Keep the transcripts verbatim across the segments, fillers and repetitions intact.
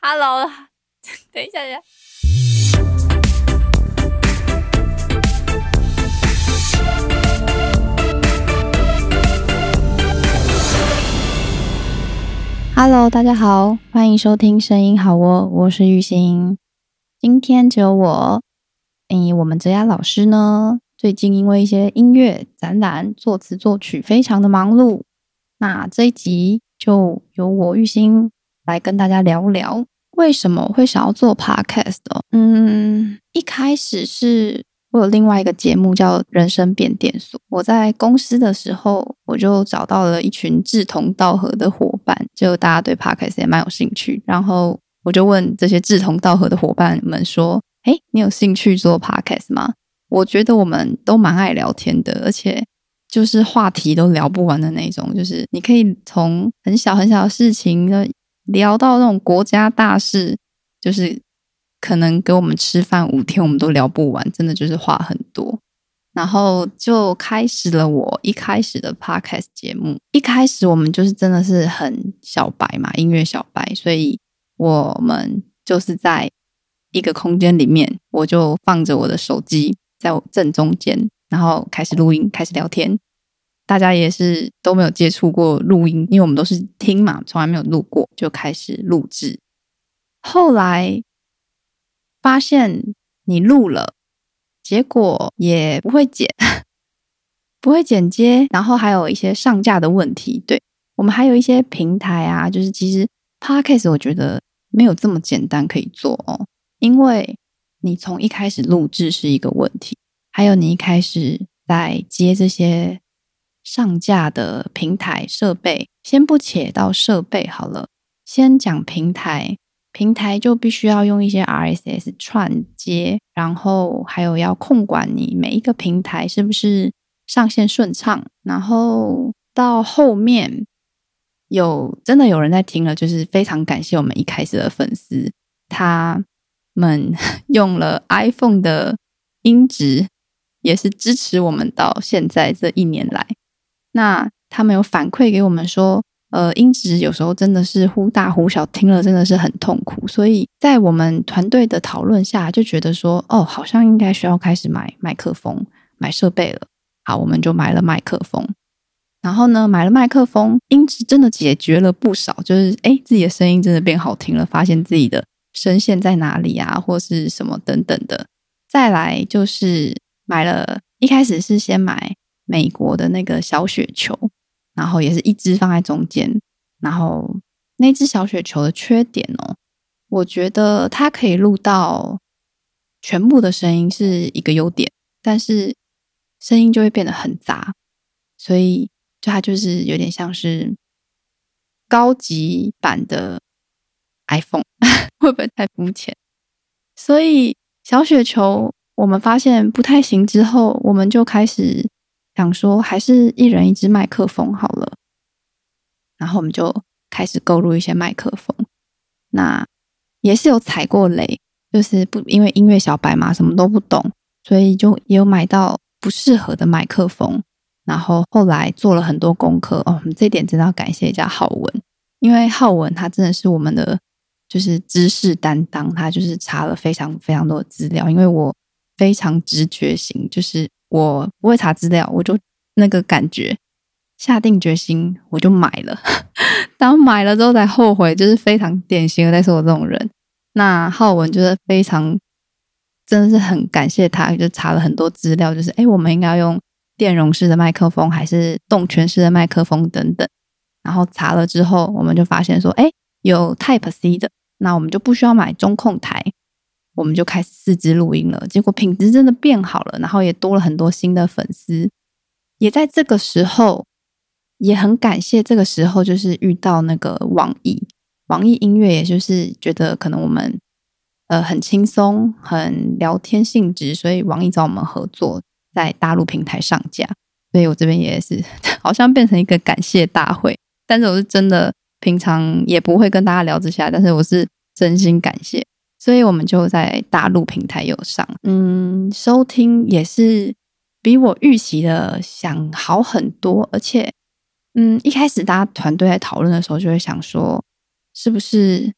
Hello， 等一下，等一下。Hello， 大家好，欢迎收听声音好窝，我是玉兴。今天只有我，嗯，我们哲雅老师呢，最近因为一些音乐展览、作词作曲非常的忙碌，那这一集就由我玉兴来跟大家聊聊为什么会想要做 podcast 哦。嗯，一开始是我有另外一个节目叫人生变电所，我在公司的时候我就找到了一群志同道合的伙伴，就大家对 podcast 也蛮有兴趣，然后我就问这些志同道合的伙伴们说，诶，你有兴趣做 podcast 吗？我觉得我们都蛮爱聊天的，而且就是话题都聊不完的那种，就是你可以从很小很小的事情聊到那种国家大事，就是可能给我们吃饭五天我们都聊不完，真的就是话很多。然后就开始了我一开始的 podcast 节目。一开始我们就是真的是很小白嘛，音乐小白，所以我们就是在一个空间里面，我就放着我的手机在我正中间，然后开始录音，开始聊天。大家也是都没有接触过录音，因为我们都是听嘛，从来没有录过，就开始录制。后来发现你录了，结果也不会剪不会剪接，然后还有一些上架的问题。对，我们还有一些平台啊，就是其实 podcast 我觉得没有这么简单可以做哦，因为你从一开始录制是一个问题，还有你一开始在接这些上架的平台设备，先不且到设备好了，先讲平台。平台就必须要用一些 R S S 串接，然后还有要控管你每一个平台是不是上线顺畅，然后到后面有真的有人在听了，就是非常感谢我们一开始的粉丝，他们用了 iPhone 的音质，也是支持我们到现在这一年来。那他们有反馈给我们说，呃，音质有时候真的是忽大忽小，听了真的是很痛苦，所以在我们团队的讨论下，就觉得说，哦，好像应该需要开始买麦克风、买设备了。好，我们就买了麦克风。然后呢，买了麦克风，音质真的解决了不少，就是诶自己的声音真的变好听了，发现自己的声线在哪里啊，或是什么等等的。再来就是买了，一开始是先买美国的那个小雪球，然后也是一支放在中间，然后那支小雪球的缺点哦，我觉得它可以录到全部的声音是一个优点，但是声音就会变得很杂，所以就它就是有点像是高级版的 iPhone 会不会太肤浅？所以小雪球我们发现不太行之后，我们就开始想说还是一人一支麦克风好了，然后我们就开始购入一些麦克风。那也是有踩过雷，就是不因为音乐小白嘛，什么都不懂，所以就也有买到不适合的麦克风。然后后来做了很多功课哦，我们这一点真的要感谢一下浩文，因为浩文他真的是我们的就是知识担当，他就是查了非常非常多的资料，因为我非常直觉型，就是我不会查资料，我就那个感觉下定决心我就买了当买了之后才后悔，就是非常典型的在说我这种人。那浩文就是非常真的是很感谢他，就查了很多资料，就是诶我们应该要用电容式的麦克风还是动圈式的麦克风等等，然后查了之后我们就发现说诶有 Type C 的，那我们就不需要买中控台，我们就开始四支录音了，结果品质真的变好了，然后也多了很多新的粉丝。也在这个时候，也很感谢这个时候就是遇到那个网易网易音乐，也就是觉得可能我们呃很轻松很聊天性质，所以网易找我们合作在大陆平台上架，所以我这边也是好像变成一个感谢大会，但是我是真的平常也不会跟大家聊这些，但是我是真心感谢，所以我们就在大陆平台有上，嗯，收听也是比我预期的想好很多，而且嗯，一开始大家团队在讨论的时候就会想说，是不是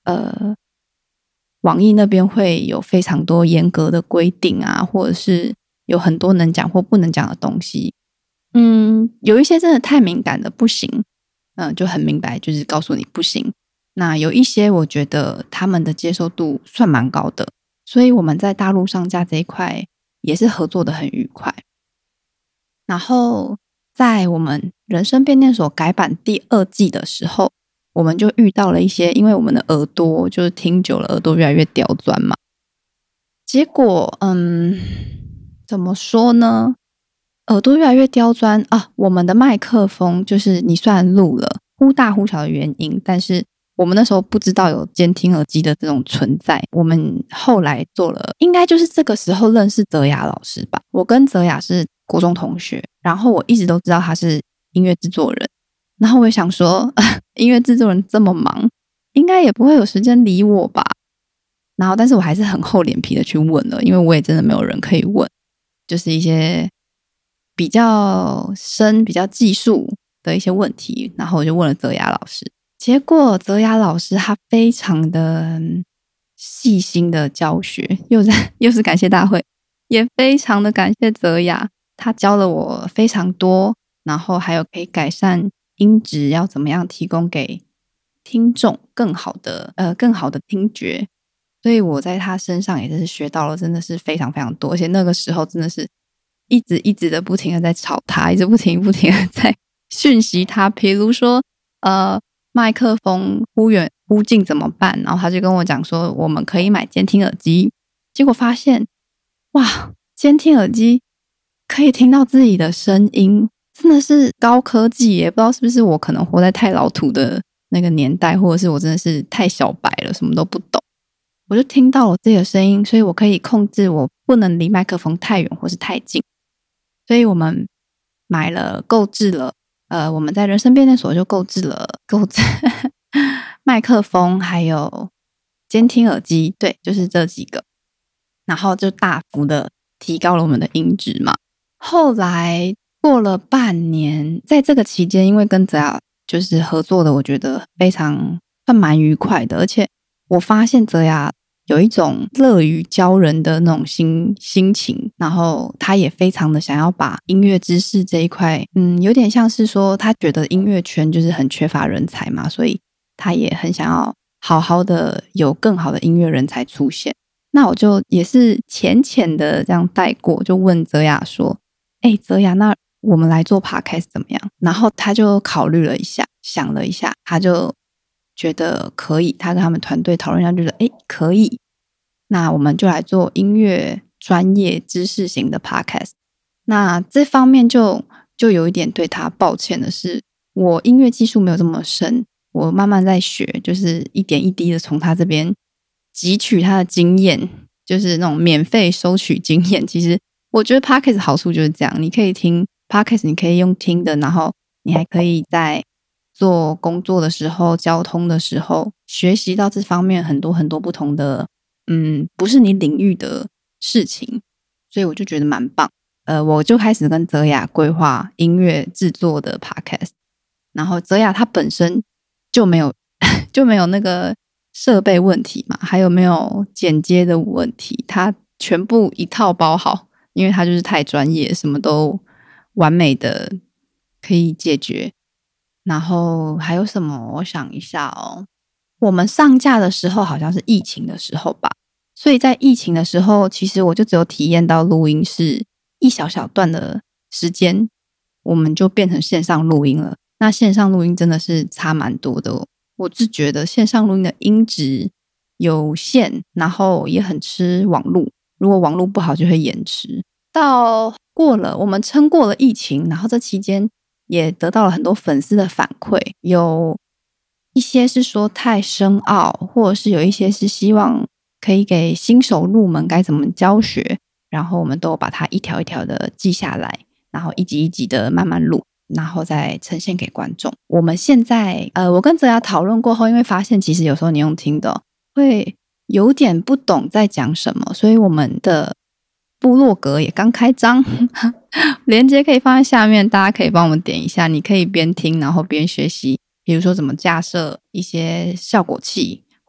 呃，网易那边会有非常多严格的规定啊，或者是有很多能讲或不能讲的东西。嗯，有一些真的太敏感的不行，嗯、呃，就很明白，就是告诉你不行。那有一些我觉得他们的接受度算蛮高的，所以我们在大陆上架这一块也是合作的很愉快。然后在我们人生变电所改版第二季的时候，我们就遇到了一些，因为我们的耳朵就是听久了耳朵越来越刁钻嘛，结果嗯，怎么说呢，耳朵越来越刁钻啊。我们的麦克风就是你虽然录了忽大忽小的原因，但是我们那时候不知道有监听耳机的这种存在。我们后来做了，应该就是这个时候认识泽雅老师吧。我跟泽雅是国中同学，然后我一直都知道他是音乐制作人，然后我也想说音乐制作人这么忙，应该也不会有时间理我吧。然后但是我还是很厚脸皮的去问了，因为我也真的没有人可以问，就是一些比较深比较技术的一些问题，然后我就问了泽雅老师。结果泽雅老师他非常的细心的教学，又在又是感谢大会，也非常的感谢泽雅，他教了我非常多，然后还有可以改善音质要怎么样提供给听众更好的呃更好的听觉。所以我在他身上也是学到了真的是非常非常多，而且那个时候真的是一直一直的不停的在吵他，一直不停不停的在讯息他，比如说呃麦克风忽远忽近怎么办，然后他就跟我讲说我们可以买监听耳机。结果发现哇，监听耳机可以听到自己的声音，真的是高科技耶。不知道是不是我可能活在太老土的那个年代，或者是我真的是太小白了，什么都不懂，我就听到我自己的声音，所以我可以控制我不能离麦克风太远或是太近。所以我们买了购置了呃，我们在人生变电所就购置了购置麦克风还有监听耳机，对，就是这几个，然后就大幅的提高了我们的音质嘛。后来过了半年，在这个期间因为跟泽雅就是合作的，我觉得非常算蛮愉快的，而且我发现泽雅有一种乐于教人的那种心心情，然后他也非常的想要把音乐知识这一块，嗯，有点像是说他觉得音乐圈就是很缺乏人才嘛，所以他也很想要好好的有更好的音乐人才出现。那我就也是浅浅的这样带过，就问泽雅说诶泽雅，那我们来做 podcast 怎么样？然后他就考虑了一下，想了一下，他就觉得可以，他跟他们团队讨论一下，觉得诶可以，那我们就来做音乐专业知识型的 podcast。 那这方面就就有一点对他抱歉的是，我音乐技术没有这么深，我慢慢在学，就是一点一滴的从他这边汲取他的经验，就是那种免费收取经验。其实我觉得 podcast 好处就是这样，你可以听 podcast， 你可以用听的，然后你还可以在做工作的时候交通的时候学习到这方面很多很多不同的嗯，不是你领域的事情，所以我就觉得蛮棒。呃，我就开始跟泽雅规划音乐制作的 podcast， 然后泽雅他本身就没有就没有那个设备问题嘛，还有没有剪接的问题，他全部一套包好，因为他就是太专业，什么都完美的可以解决。然后还有什么，我想一下哦，我们上架的时候好像是疫情的时候吧，所以在疫情的时候其实我就只有体验到录音是一小小段的时间，我们就变成线上录音了。那线上录音真的是差蛮多的哦，我是觉得线上录音的音质有限，然后也很吃网路，如果网路不好就会延迟。到过了我们撑过了疫情，然后这期间也得到了很多粉丝的反馈，有一些是说太深奥，或者是有一些是希望可以给新手入门该怎么教学，然后我们都把它一条一条的记下来，然后一集一集的慢慢录，然后再呈现给观众。我们现在呃，我跟泽雅讨论过后，因为发现其实有时候你用听的会有点不懂在讲什么，所以我们的部落格也刚开张连结可以放在下面，大家可以帮我们点一下，你可以边听然后边学习，比如说怎么架设一些效果器，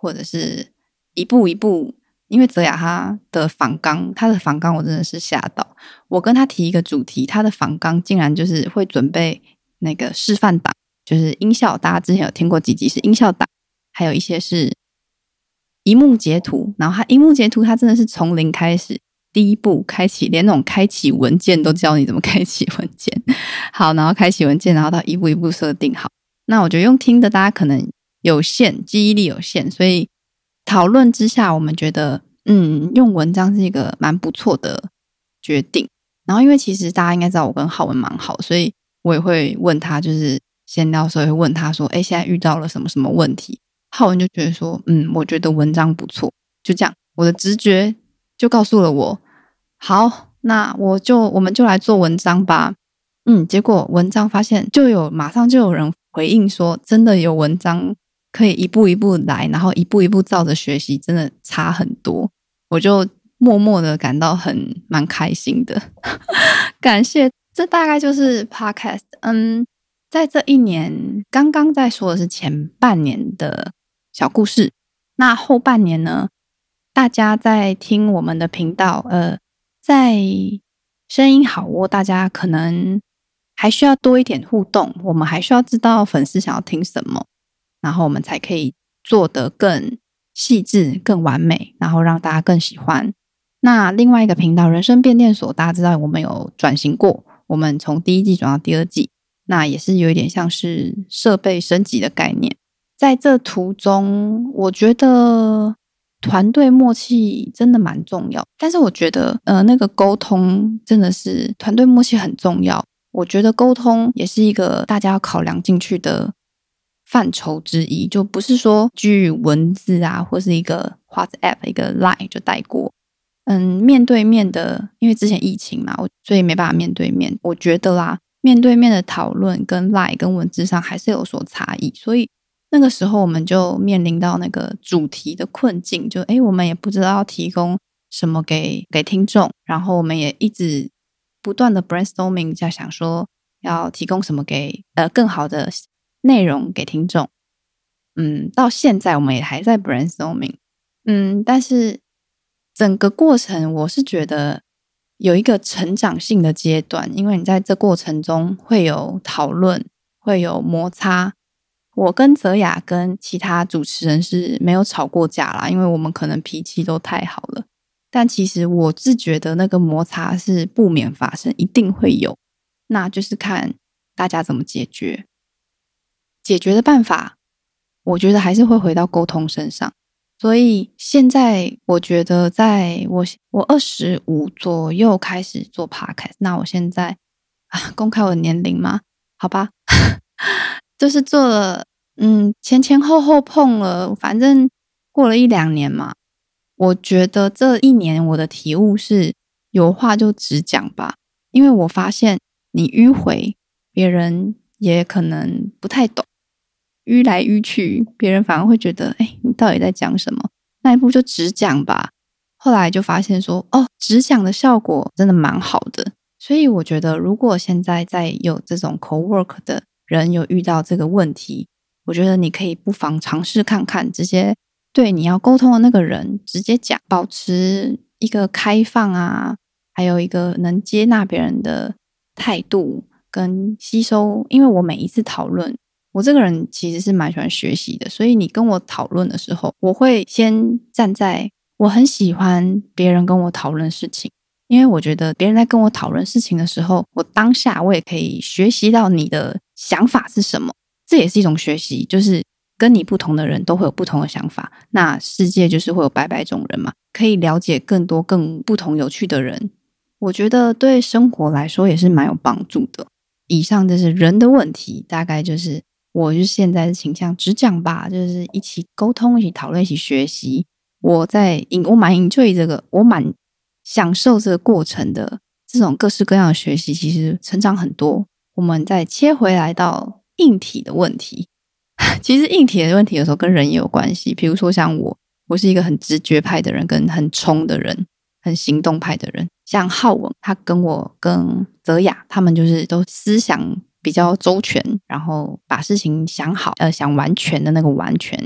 或者是一步一步，因为泽雅他的访纲，他的访纲我真的是吓到。我跟他提一个主题，他的访纲竟然就是会准备那个示范档，就是音效，大家之前有听过几集是音效档，还有一些是萤幕截图，然后他萤幕截图他真的是从零开始，第一步开启，连那种开启文件都教你怎么开启文件。好，然后开启文件，然后到一步一步设定好。那我觉得用听的大家可能有限，记忆力有限，所以讨论之下我们觉得嗯，用文章是一个蛮不错的决定。然后因为其实大家应该知道我跟浩文蛮好，所以我也会问他，就是闲聊的时候也会问他说诶现在遇到了什么什么问题，浩文就觉得说嗯，我觉得文章不错，就这样，我的直觉就告诉了我好，那我就我们就来做文章吧。嗯，结果文章发现就有马上就有人回应说真的有文章可以一步一步来，然后一步一步照着学习，真的差很多，我就默默的感到很蛮开心的感谢。这大概就是 podcast。 嗯，在这一年刚刚在说的是前半年的小故事，那后半年呢，大家在听我们的频道，呃，在声音好窝，大家可能还需要多一点互动，我们还需要知道粉丝想要听什么，然后我们才可以做得更细致更完美，然后让大家更喜欢。那另外一个频道人生变电所，大家知道我们有转型过，我们从第一季转到第二季，那也是有一点像是设备升级的概念。在这途中我觉得团队默契真的蛮重要，但是我觉得呃，那个沟通真的是团队默契很重要，我觉得沟通也是一个大家要考量进去的范畴之一，就不是说句文字啊或是一个 WhatsApp 一个 Line 就带过。嗯，面对面的，因为之前疫情嘛，所以没办法面对面，我觉得啦面对面的讨论跟 Line 跟文字上还是有所差异，所以那个时候我们就面临到那个主题的困境，就诶我们也不知道要提供什么给给听众，然后我们也一直不断的 brainstorming 在想说要提供什么给呃更好的内容给听众。嗯，到现在我们也还在 brainstorming。嗯，但是整个过程我是觉得有一个成长性的阶段，因为你在这过程中会有讨论，会有摩擦。我跟泽雅跟其他主持人是没有吵过架啦，因为我们可能脾气都太好了，但其实我是觉得那个摩擦是不免发生，一定会有，那就是看大家怎么解决。解决的办法我觉得还是会回到沟通身上。所以现在我觉得在我我二十五左右开始做 podcast， 那我现在啊，公开我的年龄吗？好吧就是做了嗯前前后后碰了，反正过了一两年嘛。我觉得这一年我的体悟是有话就直讲吧，因为我发现你迂回别人也可能不太懂，迂来迂去别人反而会觉得诶你到底在讲什么，那一步就直讲吧。后来就发现说哦，直讲的效果真的蛮好的。所以我觉得如果现在在有这种 co-work 的人有遇到这个问题，我觉得你可以不妨尝试看看，直接对你要沟通的那个人直接讲，保持一个开放啊，还有一个能接纳别人的态度跟吸收。因为我每一次讨论，我这个人其实是蛮喜欢学习的，所以你跟我讨论的时候，我会先站在我很喜欢别人跟我讨论事情，因为我觉得别人在跟我讨论事情的时候，我当下我也可以学习到你的想法是什么，这也是一种学习，就是跟你不同的人都会有不同的想法，那世界就是会有百百种人嘛，可以了解更多更不同有趣的人，我觉得对生活来说也是蛮有帮助的。以上就是人的问题，大概就是我就现在的倾向只讲吧，就是一起沟通，一起讨论，一起学习。我在我蛮 enjoy 这个，我蛮享受这个过程的，这种各式各样的学习其实成长很多。我们再切回来到硬体的问题其实硬体的问题有时候跟人也有关系，比如说像我我是一个很直觉派的人，跟很冲的人，很行动派的人。像浩文他跟我跟泽雅他们就是都思想比较周全，然后把事情想好呃，想完全的那个完全。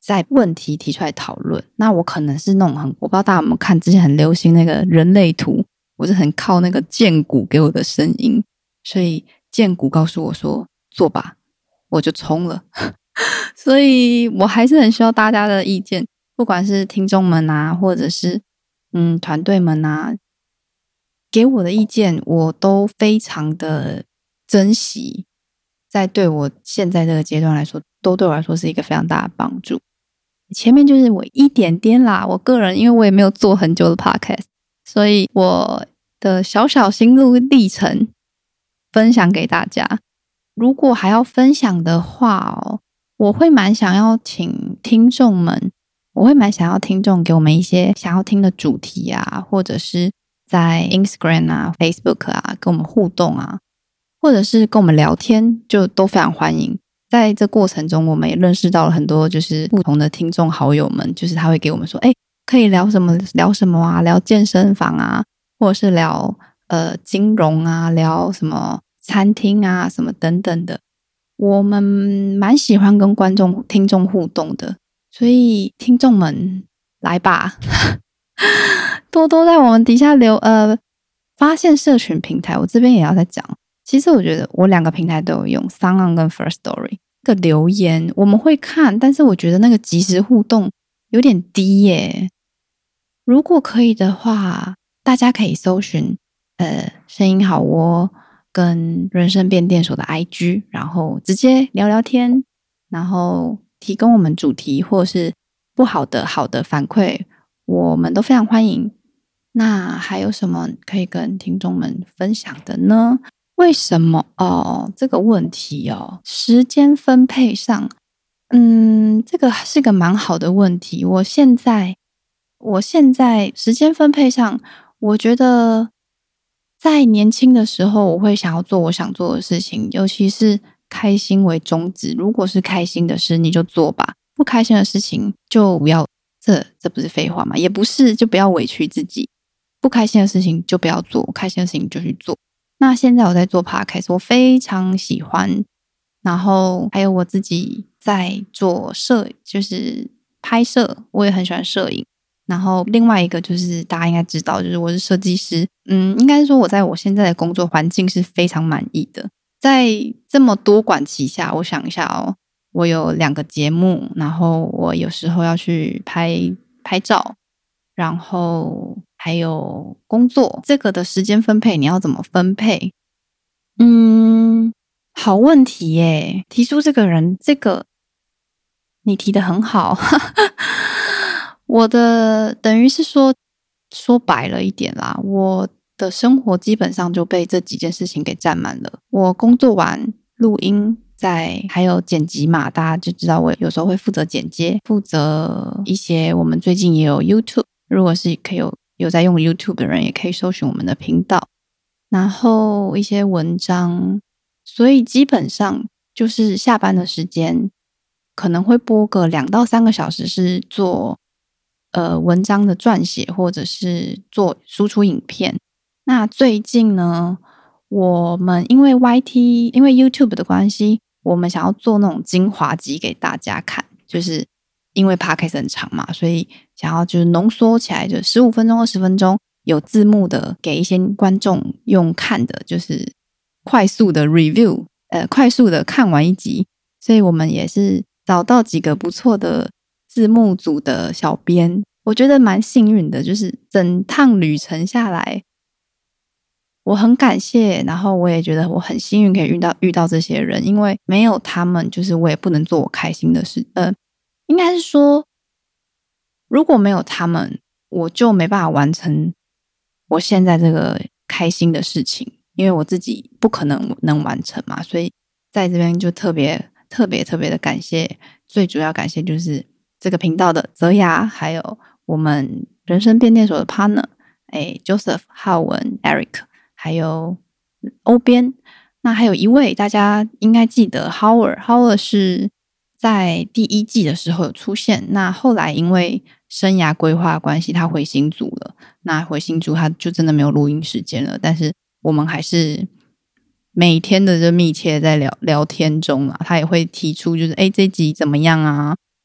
在问题提出来讨论。那我可能是那种很，我不知道大家有没有看之前很流行那个人类图，我是很靠那个剑骨给我的声音，所以剑骨告诉我说做吧，我就冲了所以我还是很需要大家的意见，不管是听众们啊，或者是嗯团队们啊，给我的意见我都非常的珍惜，在对我现在这个阶段来说，都对我来说是一个非常大的帮助。前面就是我一点点啦，我个人因为我也没有做很久的 podcast， 所以我的小小心路历程分享给大家。如果还要分享的话哦，我会蛮想要请听众们，我会蛮想要听众给我们一些想要听的主题啊，或者是在 Instagram 啊 Facebook 啊跟我们互动啊，或者是跟我们聊天，就都非常欢迎。在这过程中我们也认识到了很多就是不同的听众好友们，就是他会给我们说诶可以聊什么聊什么啊，聊健身房啊，或者是聊呃金融啊，聊什么餐厅啊什么等等的。我们蛮喜欢跟观众听众互动的，所以听众们来吧多多在我们底下留呃发现社群平台，我这边也要再讲。其实我觉得我两个平台都有用 SoundOn 跟 Firstory 的留言我们会看，但是我觉得那个即时互动有点低耶。如果可以的话，大家可以搜寻呃声音好窝跟人生变电所的 I G， 然后直接聊聊天，然后提供我们主题或是不好的好的反馈，我们都非常欢迎。那还有什么可以跟听众们分享的呢？为什么哦？这个问题哦，时间分配上，嗯，这个是个蛮好的问题。我现在，我现在时间分配上，我觉得在年轻的时候，我会想要做我想做的事情，尤其是开心为宗旨。如果是开心的事，你就做吧；不开心的事情就不要。这这不是废话吗？也不是，就不要委屈自己。不开心的事情就不要做，开心的事情就去做。那现在我在做 podcast， 我非常喜欢，然后还有我自己在做摄，就是拍摄，我也很喜欢摄影。然后另外一个就是大家应该知道，就是我是设计师，嗯，应该说我在我现在的工作环境是非常满意的。在这么多管齐下，我想一下哦，我有两个节目，然后我有时候要去拍拍照，然后还有工作，这个的时间分配你要怎么分配？嗯，好问题耶！提出这个人，这个你提得很好。我的等于是说说白了一点啦，我的生活基本上就被这几件事情给占满了。我工作完录音，在还有剪辑嘛，大家就知道我有时候会负责剪接，负责一些我们最近也有 YouTube， 如果是可以有有在用 YouTube 的人也可以搜寻我们的频道，然后一些文章，所以基本上就是下班的时间可能会播个两到三个小时是做呃文章的撰写或者是做输出影片。那最近呢，我们因为 Y T 因为 YouTube 的关系，我们想要做那种精华集给大家看，就是因为 Podcast 很长嘛，所以想要就是浓缩起来，就十五分钟二十分钟有字幕的给一些观众用看的，就是快速的 review 呃，快速的看完一集。所以我们也是找到几个不错的字幕组的小编，我觉得蛮幸运的，就是整趟旅程下来我很感谢，然后我也觉得我很幸运可以遇到遇到这些人，因为没有他们，就是我也不能做我开心的事。呃，应该是说，如果没有他们，我就没办法完成我现在这个开心的事情，因为我自己不可能能完成嘛，所以在这边就特别特别特别的感谢，最主要感谢就是这个频道的泽雅，还有我们人生变电所的 partner， 哎 ，Joseph、浩文、Eric。还有欧边，那还有一位大家应该记得 Howard Howard 是在第一季的时候有出现，那后来因为生涯规划的关系他回新竹了，那回新竹他就真的没有录音时间了，但是我们还是每天的这密切在聊聊天中啊，他也会提出就是诶这集怎么样啊，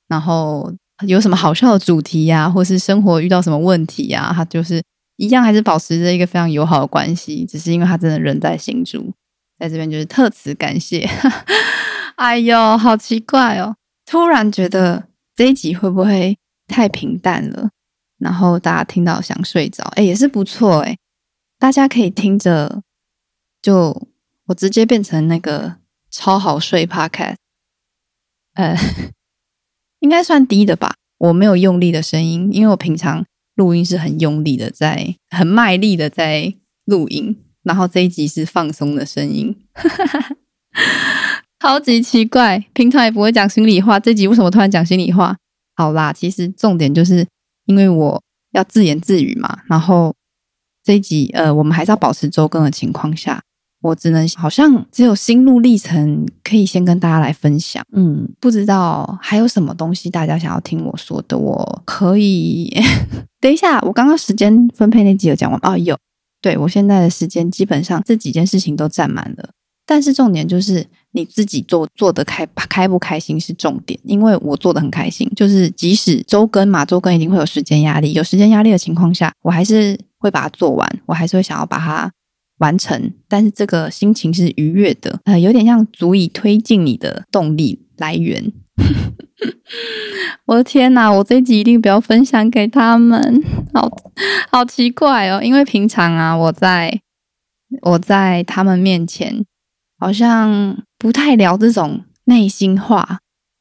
然后有什么好笑的主题啊，或是生活遇到什么问题啊，他就是一样还是保持着一个非常友好的关系，只是因为他真的人在新竹，在这边就是特此感谢。哎呦好奇怪哦，突然觉得这一集会不会太平淡了，然后大家听到想睡着，诶也是不错诶，大家可以听着，就我直接变成那个超好睡 podcast， 呃应该算低的吧，我没有用力的声音，因为我平常录音是很用力的在很卖力的在录音，然后这一集是放松的声音。超级奇怪，平常也不会讲心里话，这集为什么突然讲心里话？好啦，其实重点就是因为我要自言自语嘛，然后这一集呃，我们还是要保持周更的情况下，我只能好像只有心路历程可以先跟大家来分享。嗯，不知道还有什么东西大家想要听我说的，我可以等一下，我刚刚时间分配那集有讲完哦，有，对，我现在的时间基本上这几件事情都占满了，但是重点就是你自己做做得开开不开心是重点，因为我做得很开心，就是即使周更嘛，周更一定会有时间压力，有时间压力的情况下，我还是会把它做完，我还是会想要把它完成，但是这个心情是愉悦的，呃，有点像足以推进你的动力来源。我的天哪，我这一集一定不要分享给他们，好好奇怪哦，因为平常啊，我在我在他们面前好像不太聊这种内心话，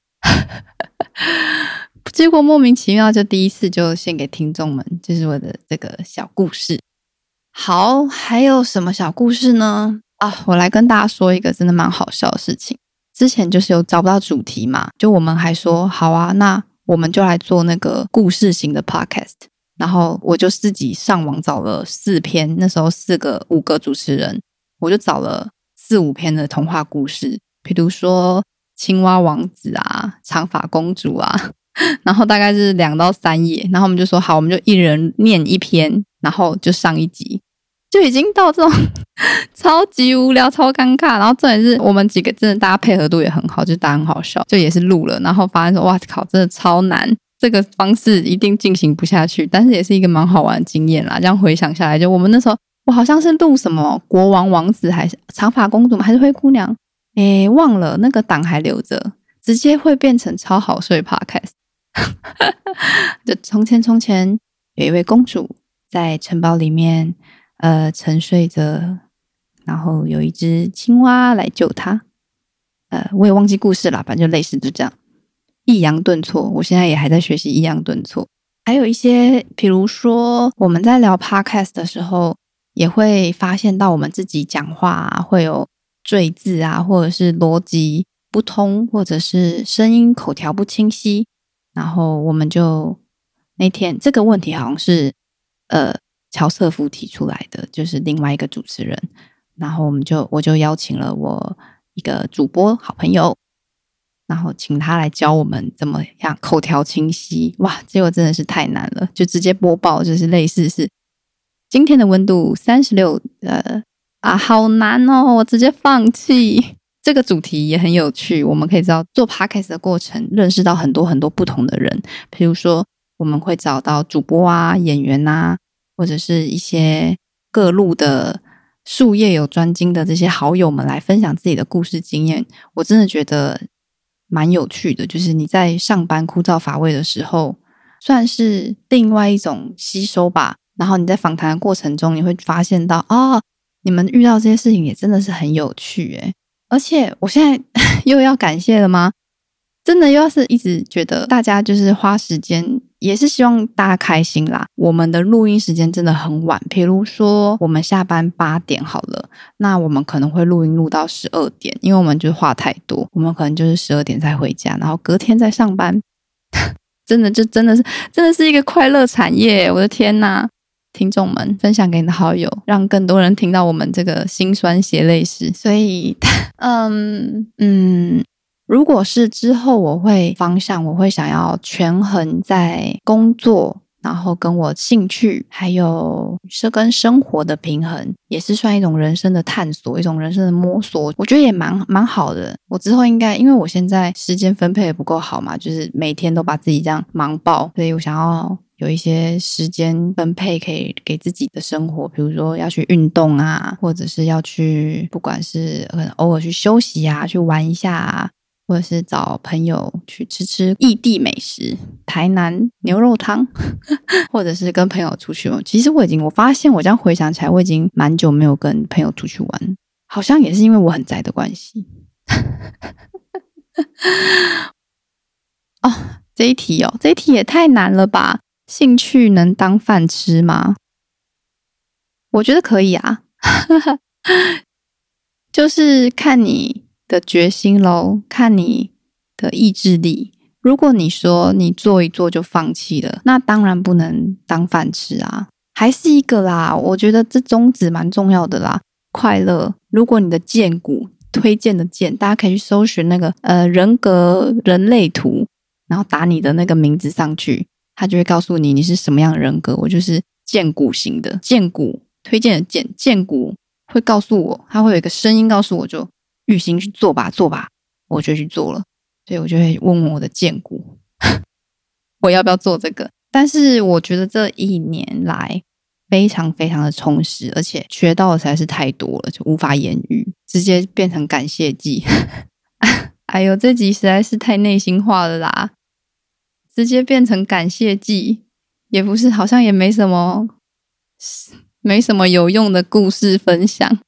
结果莫名其妙就第一次就献给听众们，就是我的这个小故事。好，还有什么小故事呢？啊，我来跟大家说一个真的蛮好笑的事情。之前就是有找不到主题嘛，就我们还说好啊，那我们就来做那个故事型的 podcast。然后我就自己上网找了四篇，那时候四个五个主持人，我就找了四五篇的童话故事，比如说青蛙王子啊、长发公主啊，然后大概是两到三页，然后我们就说好，我们就一人念一篇，然后就上一集。就已经到这种超级无聊超尴尬，然后重点是我们几个真的大家配合度也很好，就大家很好笑，就也是录了，然后发现说哇靠真的超难，这个方式一定进行不下去，但是也是一个蛮好玩的经验啦。这样回想下来，就我们那时候我好像是录什么国王王子还是长发公主还是灰姑娘，诶忘了，那个档还留着，直接会变成超好睡 podcast。 就从前从前有一位公主在城堡里面呃，沉睡着，然后有一只青蛙来救她。呃，我也忘记故事了，反正就类似就这样。抑扬顿挫，我现在也还在学习抑扬顿挫。还有一些，比如说我们在聊 podcast 的时候，也会发现到我们自己讲话啊，会有赘字啊，或者是逻辑不通，或者是声音口条不清晰。然后我们就那天这个问题好像是呃。乔瑟夫提出来的，就是另外一个主持人，然后我们就我就邀请了我一个主播好朋友，然后请他来教我们怎么样口条清晰。哇，结果真的是太难了，就直接播报，就是类似是今天的温度三十六，呃啊，好难哦，我直接放弃。这个主题也很有趣，我们可以知道做 podcast 的过程，认识到很多很多不同的人，比如说我们会找到主播啊、演员啊，或者是一些各路的术业有专精的这些好友们来分享自己的故事经验，我真的觉得蛮有趣的。就是你在上班枯燥乏味的时候，算是另外一种吸收吧。然后你在访谈的过程中，你会发现到哦，你们遇到这些事情也真的是很有趣诶。而且我现在又要感谢了吗？真的又要是一直觉得大家就是花时间，也是希望大家开心啦。我们的录音时间真的很晚，比如说我们下班八点好了，那我们可能会录音录到十二点，因为我们就话太多，我们可能就是十二点才回家，然后隔天再上班。真的就真的是真的是一个快乐产业，我的天哪！听众们分享给你的好友，让更多人听到我们这个辛酸血泪史。所以嗯嗯如果是之后我会方向我会想要权衡在工作然后跟我兴趣还有是跟生活的平衡，也是算一种人生的探索，一种人生的摸索，我觉得也蛮蛮好的。我之后应该，因为我现在时间分配也不够好嘛，就是每天都把自己这样忙爆，所以我想要有一些时间分配可以给自己的生活，比如说要去运动啊，或者是要去不管是可能偶尔去休息啊，去玩一下啊，或者是找朋友去吃吃异地美食，台南牛肉汤或者是跟朋友出去。其实我已经我发现我这样回想起来，我已经蛮久没有跟朋友出去玩，好像也是因为我很宅的关系哦，这一题哦，这一题也太难了吧。兴趣能当饭吃吗？我觉得可以啊就是看你的决心咯，看你的意志力。如果你说你做一做就放弃了，那当然不能当饭吃啊。还是一个啦，我觉得这宗旨蛮重要的啦，快乐。如果你的荐股推荐的荐，大家可以去搜寻那个呃人格人类图，然后打你的那个名字上去，他就会告诉你你是什么样的人格。我就是荐股型的，荐股推荐的荐，荐股会告诉我，他会有一个声音告诉我，就玉兴去做吧做吧，我就去做了。所以我就会问问我的荐股我要不要做这个。但是我觉得这一年来非常非常的充实，而且学到的实在是太多了，就无法言喻，直接变成感谢祭哎呦，这集实在是太内心化了啦，直接变成感谢祭，也不是，好像也没什么没什么有用的故事分享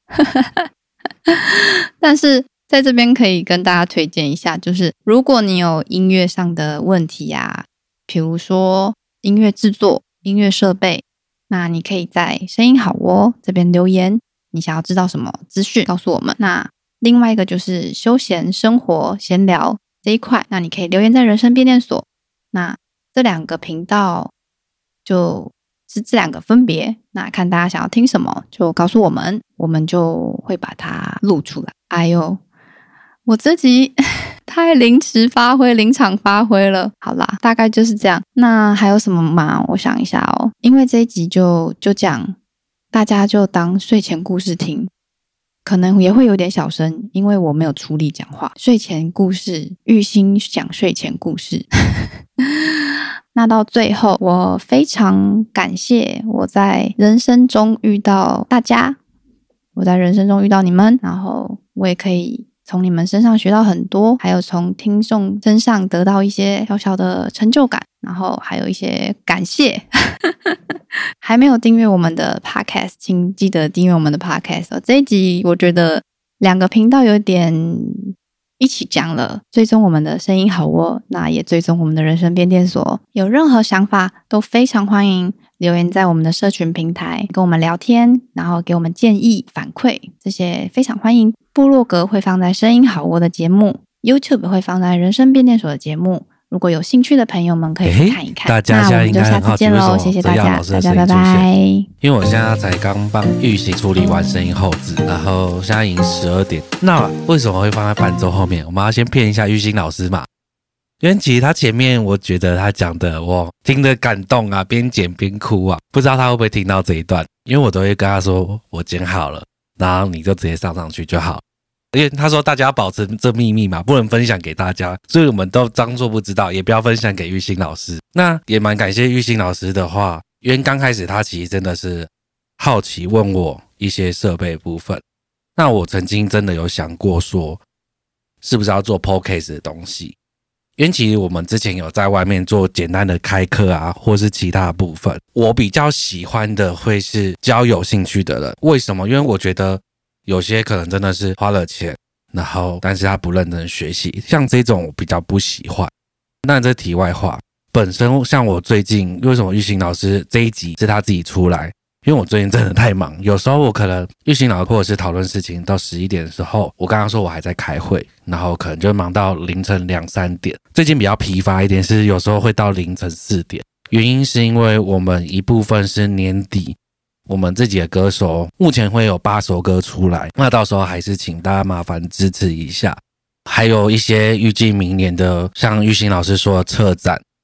但是在这边可以跟大家推荐一下，就是如果你有音乐上的问题啊，比如说音乐制作、音乐设备，那你可以在声音好窝这边留言，你想要知道什么资讯告诉我们。那另外一个就是休闲生活闲聊这一块，那你可以留言在人生变电所。那这两个频道就是这两个分别，那看大家想要听什么就告诉我们，我们就会把它录出来。哎呦，我这集太临时发挥临场发挥了。好啦，大概就是这样。那还有什么吗？我想一下哦，因为这一集就就讲，大家就当睡前故事听，可能也会有点小声，因为我没有出力讲话。睡前故事，玉兴讲睡前故事那到最后，我非常感谢我在人生中遇到大家，我在人生中遇到你们，然后我也可以从你们身上学到很多，还有从听众身上得到一些小小的成就感，然后还有一些感谢还没有订阅我们的 podcast 请记得订阅我们的 podcast、哦、这一集我觉得两个频道有点一起讲了，追踪我们的声音好窝，那也追踪我们的人生变电所。有任何想法都非常欢迎留言在我们的社群平台跟我们聊天，然后给我们建议反馈，这些非常欢迎。部落格会放在声音好窝的节目， YouTube 会放在人生变电所的节目，如果有兴趣的朋友们可以去看一看。 大家现在应该很好奇为什么谢谢大家， 大家拜拜。因为我现在才刚帮玉兴处理完声音后置，然后现在已经十二点。那为什么会放在伴奏后面？我们要先骗一下玉兴老师嘛。因为其实他前面我觉得他讲的我听得感动啊，边剪边哭啊，不知道他会不会听到这一段，因为我都会跟他说我剪好了，然后你就直接上上去就好。因为他说大家要保持这秘密嘛，不能分享给大家，所以我们都当作不知道，也不要分享给玉兴老师。那也蛮感谢玉兴老师的话，因为刚开始他其实真的是好奇问我一些设备部分，那我曾经真的有想过说是不是要做 podcast 的东西，因为其实我们之前有在外面做简单的开课啊，或是其他的部分，我比较喜欢的会是教有兴趣的人。为什么？因为我觉得有些可能真的是花了钱，然后但是他不认真学习，像这种我比较不喜欢。那这题外话，本身像我最近为什么玉兴老师这一集是他自己出来，因为我最近真的太忙，有时候我可能玉兴老师或者是讨论事情到十一点的时候，我刚刚说我还在开会，然后可能就忙到凌晨两三点。最近比较疲乏一点，是有时候会到凌晨四点，原因是因为我们一部分是年底我们自己的歌手目前会有八首歌出来，那到时候还是请大家麻烦支持一下。还有一些预计明年的像玉兴老师说的策展，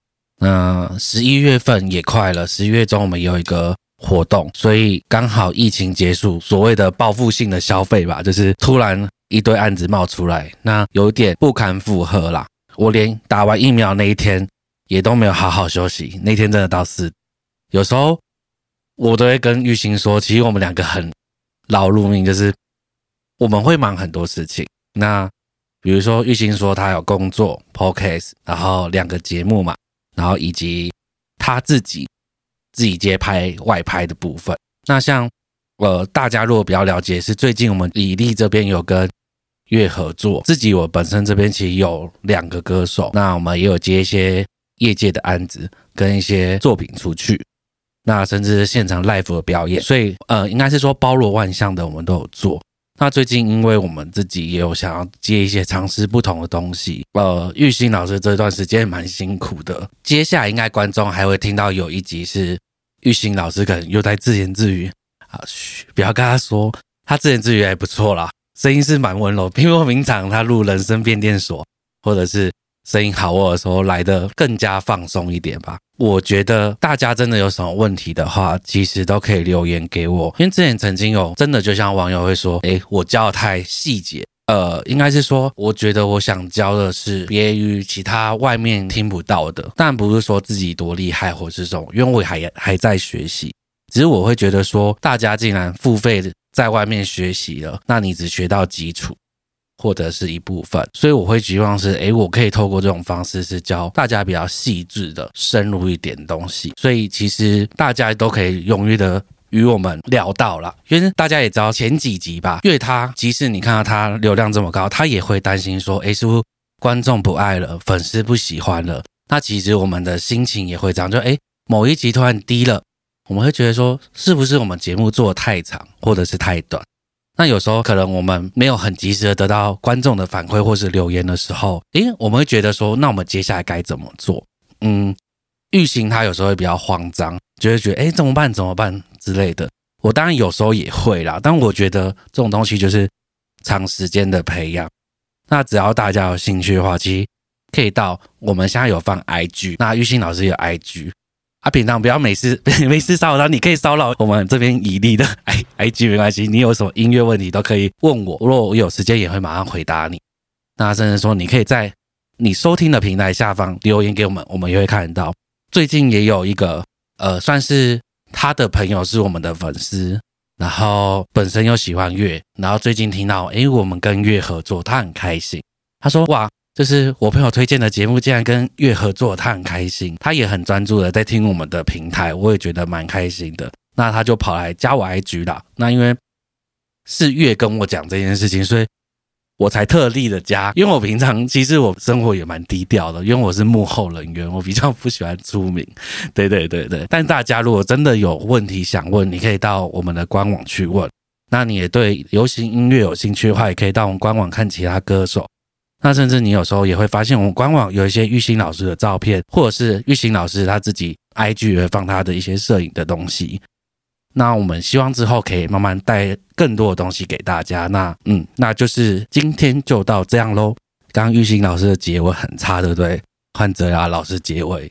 嗯，十一月份也快了，十一月中我们有一个活动，所以刚好疫情结束，所谓的报复性的消费吧，就是突然一堆案子冒出来，那有点不堪负荷啦。我连打完疫苗那一天也都没有好好休息，那天真的到四，有时候我都会跟玉兴说，其实我们两个很劳碌命，就是我们会忙很多事情。那比如说玉兴说他有工作 podcast， 然后两个节目嘛，然后以及他自己自己接拍外拍的部分。那像呃大家如果比较了解，是最近我们以利这边有跟乐合作，自己我本身这边其实有两个歌手，那我们也有接一些业界的案子跟一些作品出去，那甚至是现场 live 的表演，所以呃应该是说包罗万象的我们都有做。那最近因为我们自己也有想要接一些尝试不同的东西，呃玉兴老师这段时间蛮辛苦的，接下来应该观众还会听到有一集是玉兴老师可能又在自言自语啊，嘘，不要跟他说，他自言自语还不错啦，声音是蛮温柔，比我平常他录人生变电所或者是声音好我的时候来得更加放松一点吧。我觉得大家真的有什么问题的话，其实都可以留言给我，因为之前曾经有真的就像网友会说，诶，我教的太细节，呃，应该是说我觉得我想教的是别于其他外面听不到的，但不是说自己多厉害或是这种，因为我还还在学习，只是我会觉得说大家既然付费在外面学习了，那你只学到基础或者是一部分，所以我会希望是诶我可以透过这种方式是教大家比较细致的深入一点东西，所以其实大家都可以踊跃的与我们聊到啦。因为大家也知道前几集吧，因为他即使你看到他流量这么高，他也会担心说诶是不是观众不爱了，粉丝不喜欢了，那其实我们的心情也会这样，就诶某一集突然低了，我们会觉得说是不是我们节目做得太长或者是太短，那有时候可能我们没有很及时的得到观众的反馈或是留言的时候，诶我们会觉得说那我们接下来该怎么做。嗯，玉兴他有时候会比较慌张，就会觉得诶怎么办怎么办之类的，我当然有时候也会啦，但我觉得这种东西就是长时间的培养，那只要大家有兴趣的话，其实可以到我们现在有放 I G， 那玉兴老师有 I G啊，平常不要每次每次骚扰，你可以骚扰我们这边以利的 I G 没关系，你有什么音乐问题都可以问我，如果我有时间也会马上回答你。那甚至说你可以在你收听的平台下方留言给我们，我们也会看得到。最近也有一个呃，算是他的朋友是我们的粉丝，然后本身又喜欢乐，然后最近听到诶我们跟乐合作，他很开心，他说哇就是我朋友推荐的节目竟然跟乐合作，他很开心，他也很专注的在听我们的平台，我也觉得蛮开心的。那他就跑来加我 I G 啦，那因为是乐跟我讲这件事情，所以我才特地的加，因为我平常其实我生活也蛮低调的，因为我是幕后人员，我比较不喜欢出名，对对对对。但大家如果真的有问题想问，你可以到我们的官网去问，那你也对流行音乐有兴趣的话，也可以到我们官网看其他歌手，那甚至你有时候也会发现我们官网有一些玉兴老师的照片，或者是玉兴老师他自己 I G 也会放他的一些摄影的东西。那我们希望之后可以慢慢带更多的东西给大家。那嗯，那就是今天就到这样咯。刚刚玉兴老师的结尾很差，对不对？换哲雅老师结尾。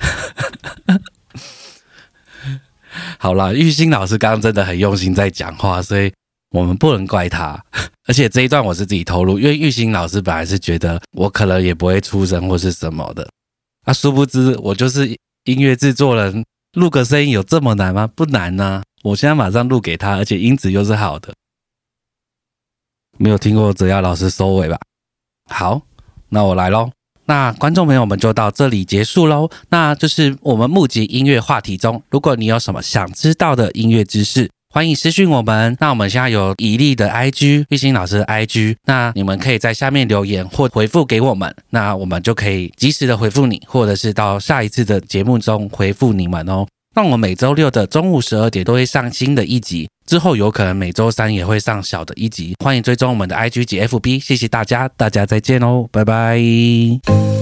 好啦，玉兴老师刚刚真的很用心在讲话，所以我们不能怪他。而且这一段我是自己透露，因为玉兴老师本来是觉得我可能也不会出声或是什么的，啊，殊不知我就是音乐制作人，录个声音有这么难吗？不难啊，我现在马上录给他，而且音质又是好的。没有听过哲雅老师收尾吧？好，那我来咯。那观众朋友们就到这里结束咯。那就是我们募集音乐话题中，如果你有什么想知道的音乐知识，欢迎私讯我们。那我们现在有以利的 I G， 玉兴老师的 I G， 那你们可以在下面留言或回复给我们，那我们就可以及时的回复你，或者是到下一次的节目中回复你们哦。那我们每周六的中午十二点都会上新的一集，之后有可能每周三也会上小的一集，欢迎追踪我们的 I G 及 F B， 谢谢大家，大家再见哦，拜拜。